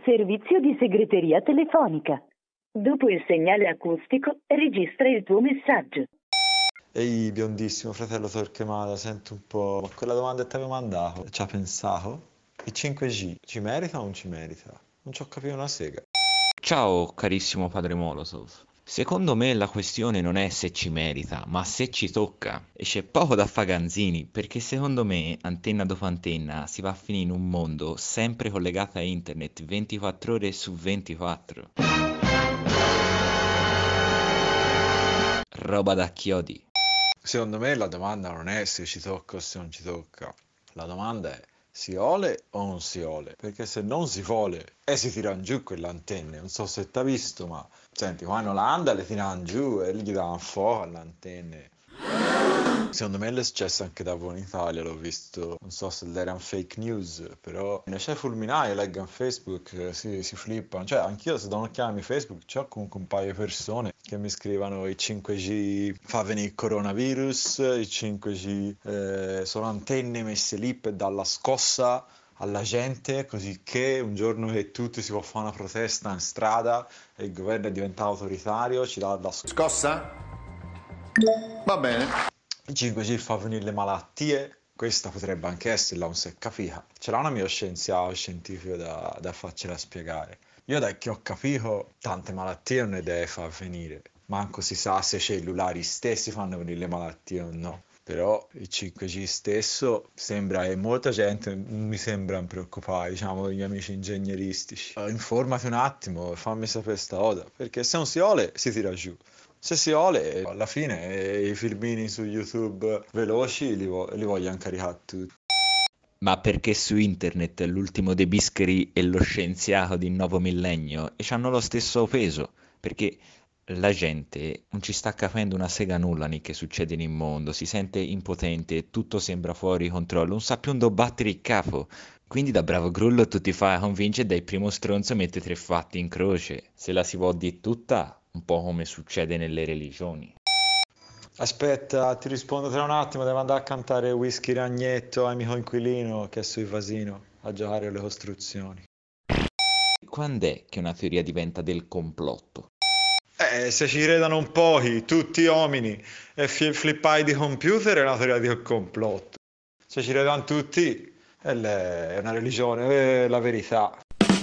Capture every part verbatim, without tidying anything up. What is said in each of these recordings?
Servizio di segreteria telefonica. Dopo il segnale acustico, registra il tuo messaggio. Ehi, biondissimo fratello Torquemada, senti un po', ma quella domanda che ti avevo mandato, ci ha pensato? Il cinque G ci merita o non ci merita? Non ci ho capito una sega. Ciao carissimo padre Molotov. Secondo me la questione non è se ci merita, ma se ci tocca. E c'è poco da fare Ganzini, perché secondo me, antenna dopo antenna, si va a finire in un mondo sempre collegato a internet ventiquattro ore su ventiquattro. Roba da chiodi. Secondo me la domanda non è se ci tocca o se non ci tocca. La domanda è si vuole o non si vuole? Perché se non si vuole e si tirano giù quelle antenne, non so se t'ha visto, ma senti, qua in Olanda le tirano giù e gli davano fuoco alle antenne. Secondo me è successo anche da voi in Italia, l'ho visto, non so se erano fake news, però ne c'è fulminare, leggo in Facebook, si, si flippano, cioè anch'io se do un'occhiata a Facebook c'ho comunque un paio di persone che mi scrivono il cinque G fa venire il coronavirus, il cinque G eh, sono antenne messe lì per dare la scossa alla gente, così che un giorno che tutti si può fare una protesta in strada e il governo è diventato autoritario, ci dà la scossa. Scossa? Va bene. Il cinque G fa venire le malattie, questa potrebbe anche essere la un seccafica. Ce l'ha un mio scienziato scientifico da, da farcela spiegare. Io da che ho capito, tante malattie non ne deve far venire. Manco si sa se i cellulari stessi fanno venire le malattie o no. Però il cinque G stesso sembra e molta gente mi sembra preoccupata, diciamo, gli amici ingegneristici. Uh, informati un attimo, fammi sapere sta cosa, perché se non si vuole si tira giù. Se si vuole, alla fine eh, i filmini su YouTube veloci li, vo- li vogliono caricare tutti. Ma perché su internet l'ultimo dei bischeri è lo scienziato di nuovo millennio e hanno lo stesso peso, perché la gente non ci sta capendo una sega nulla di che succede nel mondo, si sente impotente, tutto sembra fuori controllo, non sa più dove battere il capo. Quindi da bravo grullo tu ti fai convincere dal primo stronzo mette tre fatti in croce. Se la si può dire tutta, un po' come succede nelle religioni. Aspetta, ti rispondo tra un attimo, devo andare a cantare Whisky Ragnetto ai miei coinquilino che è sul vasino a giocare alle costruzioni. Quando è che una teoria diventa del complotto? Eh, se ci credano un pochi, tutti uomini, e fi- flippai di computer è una teoria del complotto. Se ci credano tutti, è, le- è una religione, è la verità.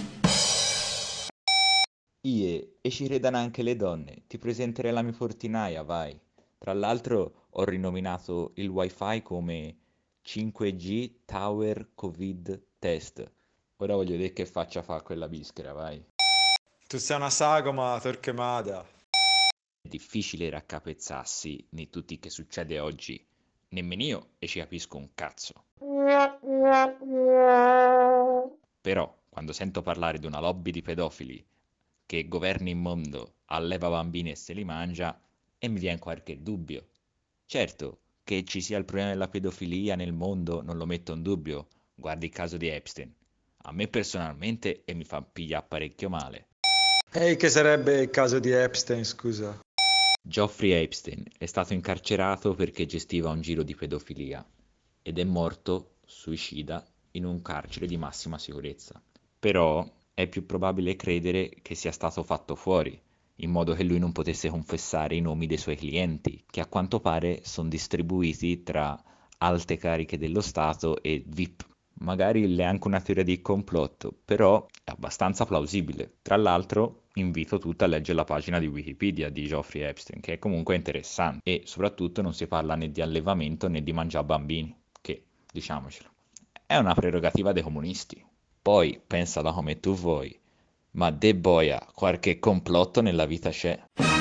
Ie, e ci credano anche le donne, ti presenterei la mia portinaia, vai. Tra l'altro ho rinominato il wifi come cinque G Tower Covid Test. Ora voglio vedere che faccia fa quella bischera, vai. Tu sei una sagoma, Torquemada. È difficile raccapezzarsi di tutti che succede oggi. Nemmeno io e ci capisco un cazzo. Però, quando sento parlare di una lobby di pedofili che governa il mondo, alleva bambini e se li mangia, e mi viene qualche dubbio. Certo, che ci sia il problema della pedofilia nel mondo non lo metto in dubbio. Guardi il caso di Epstein. A me personalmente e mi fa pigliare parecchio male. Ehi, che sarebbe il caso di Epstein, scusa? Jeffrey Epstein è stato incarcerato perché gestiva un giro di pedofilia ed è morto, suicida, in un carcere di massima sicurezza. Però è più probabile credere che sia stato fatto fuori, in modo che lui non potesse confessare i nomi dei suoi clienti, che a quanto pare sono distribuiti tra alte cariche dello Stato e V I P. Magari è anche una teoria di complotto, però è abbastanza plausibile. Tra l'altro, invito tutti a leggere la pagina di Wikipedia di Jeffrey Epstein, che è comunque interessante, e soprattutto non si parla né di allevamento né di mangiare bambini, che, diciamocelo, è una prerogativa dei comunisti. Poi pensala come tu vuoi, ma de boia, qualche complotto nella vita c'è.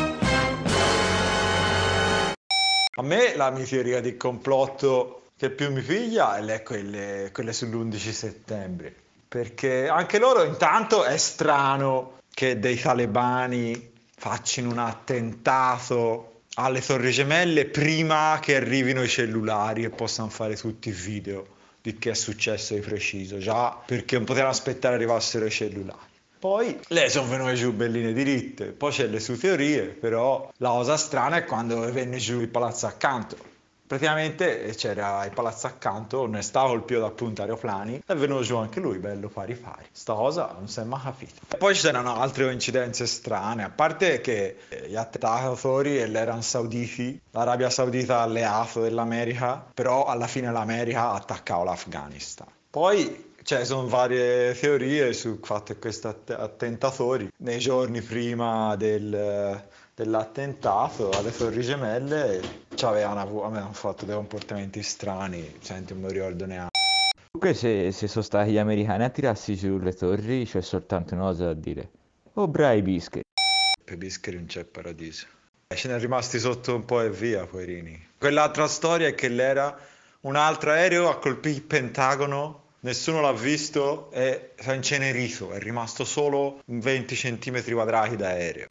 A me la mia teoria di complotto che più mi piglia è quelle, quelle sull'undici settembre, perché anche loro intanto è strano che dei talebani facciano un attentato alle Torri Gemelle prima che arrivino i cellulari e possano fare tutti i video di che è successo di preciso, già perché non potevano aspettare arrivassero i cellulari. Poi le sono venute giù belline diritte, poi c'è le sue teorie, però la cosa strana è quando venne giù il palazzo accanto, Praticamente c'era il palazzo accanto, non stava il pio da appunto aeroplani, è venuto giù anche lui, bello pari pari. Sta cosa non si è mai capita. E poi c'erano altre coincidenze strane, a parte che gli attentatori erano sauditi, l'Arabia Saudita alleato dell'America, però alla fine l'America attaccava l'Afghanistan. Poi ci sono varie teorie sul fatto che questi attentatori, nei giorni prima del... dell'attentato alle Torri Gemelle avevano, avevano fatto dei comportamenti strani, senti, non mi ricordo neanche. Comunque se, se sono stati gli americani a tirarsi giù le torri c'è soltanto una cosa da dire. Oh bravi Bischeri. Per Bischeri non c'è paradiso. E ce ne è rimasti sotto un po' e via, poverini. Quell'altra storia è che l'era un altro aereo a colpire il Pentagono, nessuno l'ha visto e si è incenerito, è rimasto solo venti centimetri quadrati d'aereo.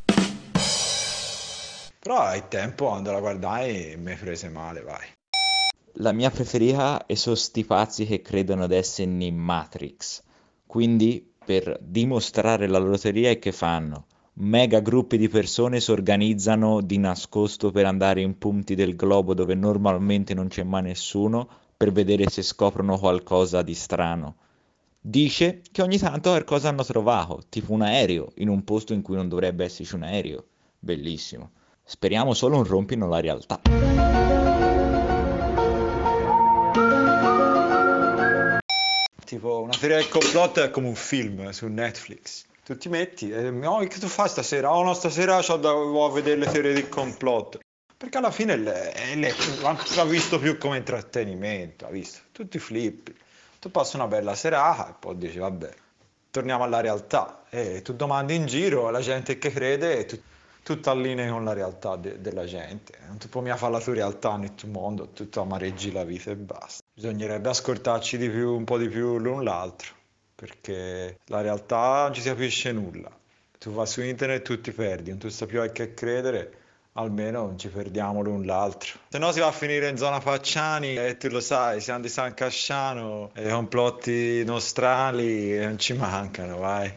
Però al tempo quando la guardai mi prese male, vai. La mia preferita è sono sti pazzi che credono di essere in Matrix. Quindi, per dimostrare la loro teoria, che fanno? Mega gruppi di persone si organizzano di nascosto per andare in punti del globo dove normalmente non c'è mai nessuno, per vedere se scoprono qualcosa di strano. Dice che ogni tanto qualcosa hanno trovato, tipo un aereo, in un posto in cui non dovrebbe esserci un aereo. Bellissimo. Speriamo solo non rompino la realtà. Tipo, una teoria del complotto è come un film su Netflix. Tu ti metti e oh, che tu fai stasera? Oh no, stasera c'ho da voglio vedere le teorie del complotto. Perché alla fine le, le, l'ha visto più come intrattenimento, ha visto? Tutti flippi. Tu passi una bella serata e poi dici, vabbè, torniamo alla realtà. E tu domandi in giro alla gente che crede e tu... tutto allinea con la realtà de- della gente. Non ti puoi mica fare la tua realtà nel tuo mondo, tu amareggi la vita e basta. Bisognerebbe ascoltarci di più, un po' di più l'un l'altro, perché la realtà non ci si capisce nulla. Tu vai su internet e tu ti perdi, non tu sai più a che credere, almeno non ci perdiamo l'un l'altro. Se no si va a finire in zona Facciani e tu lo sai, siamo di San Casciano e i complotti nostrali non ci mancano, vai.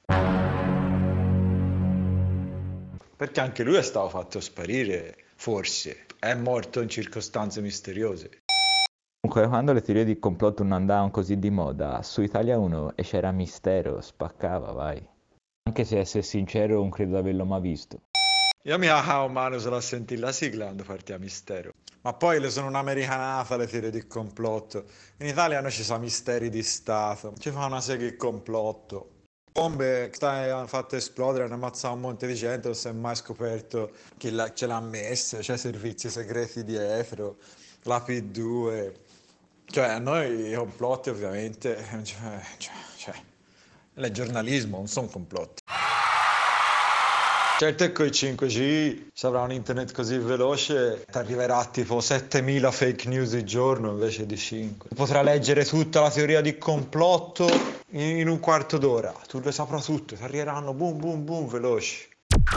Perché anche lui è stato fatto sparire, forse, è morto in circostanze misteriose. Comunque, quando le teorie di complotto non andavano così di moda, su Italia uno e c'era Mistero, spaccava, vai. Anche se, essere sincero, non credo di averlo mai visto. Io mi cagavo mano solo a sentire la sigla quando partiva Mistero. Ma poi le sono un'americanata le teorie di complotto. In Italia noi ci sono misteri di Stato, ci fa una serie di complotto. Bombe che hanno fatto esplodere, hanno ammazzato un monte di gente, non si è mai scoperto chi la, ce l'ha messa, c'è servizi segreti dietro, la P due. Cioè, a noi i complotti ovviamente, cioè, cioè, cioè, è giornalismo, non sono complotti. Certo è che con i cinque G se avrà un internet così veloce ti arriverà tipo settemila fake news al giorno invece di cinque. Potrà leggere tutta la teoria di complotto in, in un quarto d'ora. Tu le saprai tutte, ti arriveranno boom boom boom veloci.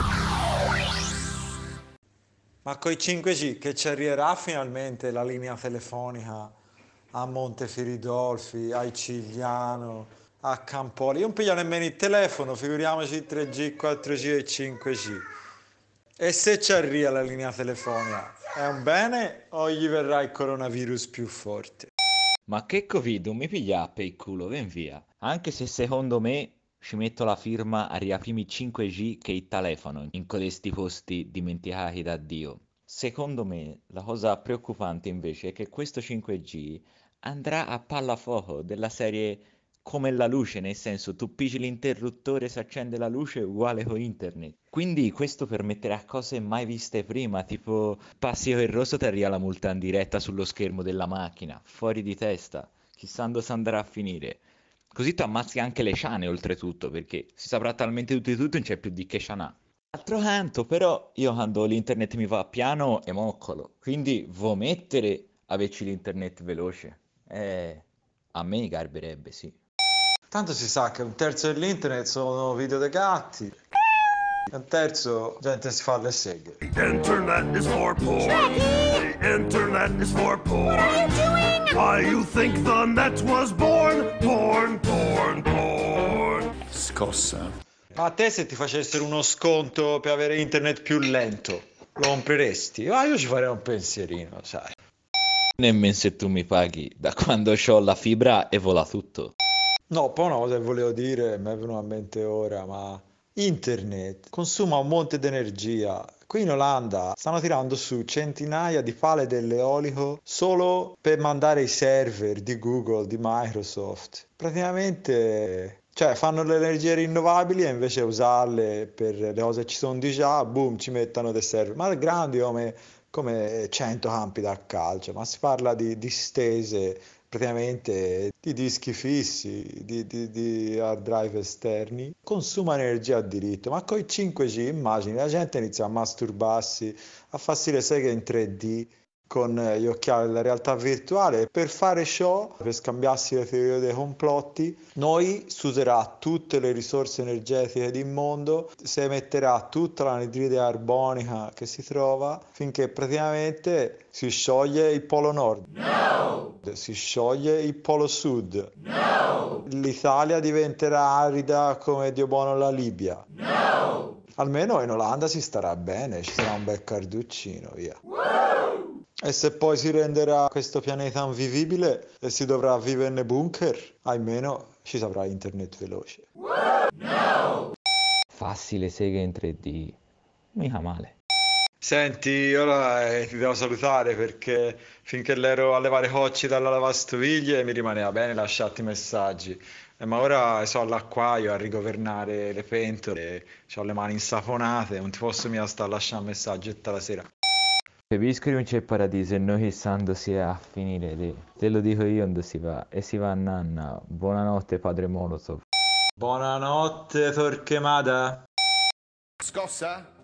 Ma con i cinque G che ci arriverà finalmente la linea telefonica a Montefiridolfi, a Cigliano, a Campoli. Io non piglio nemmeno il telefono, figuriamoci il tre G, quattro G e cinque G. E se ci arriva la linea telefonica, è un bene o gli verrà il coronavirus più forte? Ma che Covid, non mi piglia per il culo, ven via. Anche se secondo me ci metto la firma a riaprirmi cinque G che il telefono in codesti posti dimenticati da Dio. Secondo me la cosa preoccupante invece è che questo cinque G andrà a pallafuoco della serie come la luce, nel senso tu pigi l'interruttore, si accende la luce uguale con internet. Quindi questo permetterà cose mai viste prima, tipo passi il rosso ti arriva la multa in diretta sullo schermo della macchina, fuori di testa, chissà dove si andrà a finire. Così tu ammazzi anche le ciane oltretutto, perché si saprà talmente tutto di tutto non c'è più di che cianà. D'altro canto però io quando l'internet mi va piano e moccolo, quindi vuoi mettere averci l'internet veloce? Eh, a me garberebbe, sì. Tanto si sa che un terzo dell'internet sono video dei gatti. E un terzo gente si fa le seghe. The internet is for porn. The internet is for porn. What are you doing? Why you think the net was born? Porn, porn, porn. Scossa. Ma a te se ti facessero uno sconto per avere internet più lento, lo compreresti? Ah, io ci farei un pensierino, sai. Nemmeno se tu mi paghi, da quando ho la fibra e vola tutto. No, poi una cosa che volevo dire, mi è venuta a mente ora, ma internet consuma un monte di energia. Qui in Olanda stanno tirando su centinaia di pale dell'eolico solo per mandare i server di Google, di Microsoft. Praticamente, cioè, fanno le energie rinnovabili e invece usarle per le cose che ci sono di già, boom, ci mettono dei server. Ma grandi come, come cento campi da calcio, ma si parla di distese praticamente di dischi fissi, di, di- di hard drive esterni, consuma energia a diritto, ma con i cinque G immagini la gente inizia a masturbarsi, a farsi le seghe in tre D con gli occhiali della realtà virtuale e per fare ciò, per scambiarsi le teorie dei complotti, noi si userà tutte le risorse energetiche del mondo, si emetterà tutta l'anidride carbonica che si trova finché praticamente si scioglie il polo nord. Si scioglie il polo sud. L'Italia diventerà arida come Dio buono la Libia. Almeno in Olanda si starà bene, ci sarà un bel carduccino, via. E se poi si renderà questo pianeta invivibile e si dovrà vivere nei bunker, almeno ci saprà internet veloce. Fassi le seghe in tre D, mica male. Senti, ora eh, ti devo salutare perché finché ero a levare i cocci dalla lavastoviglie mi rimaneva bene lasciarti messaggi. Eh, ma ora sono all'acquaio a rigovernare le pentole, ho le mani insaponate, non ti posso mica stare a lasciare messaggi tutta la sera. Capisco che non c'è paradiso e noi chissà dove si è a finire lì. Te lo dico io dove si va. E si va a nanna. Buonanotte padre Molotov. Buonanotte Torquemada. Scossa?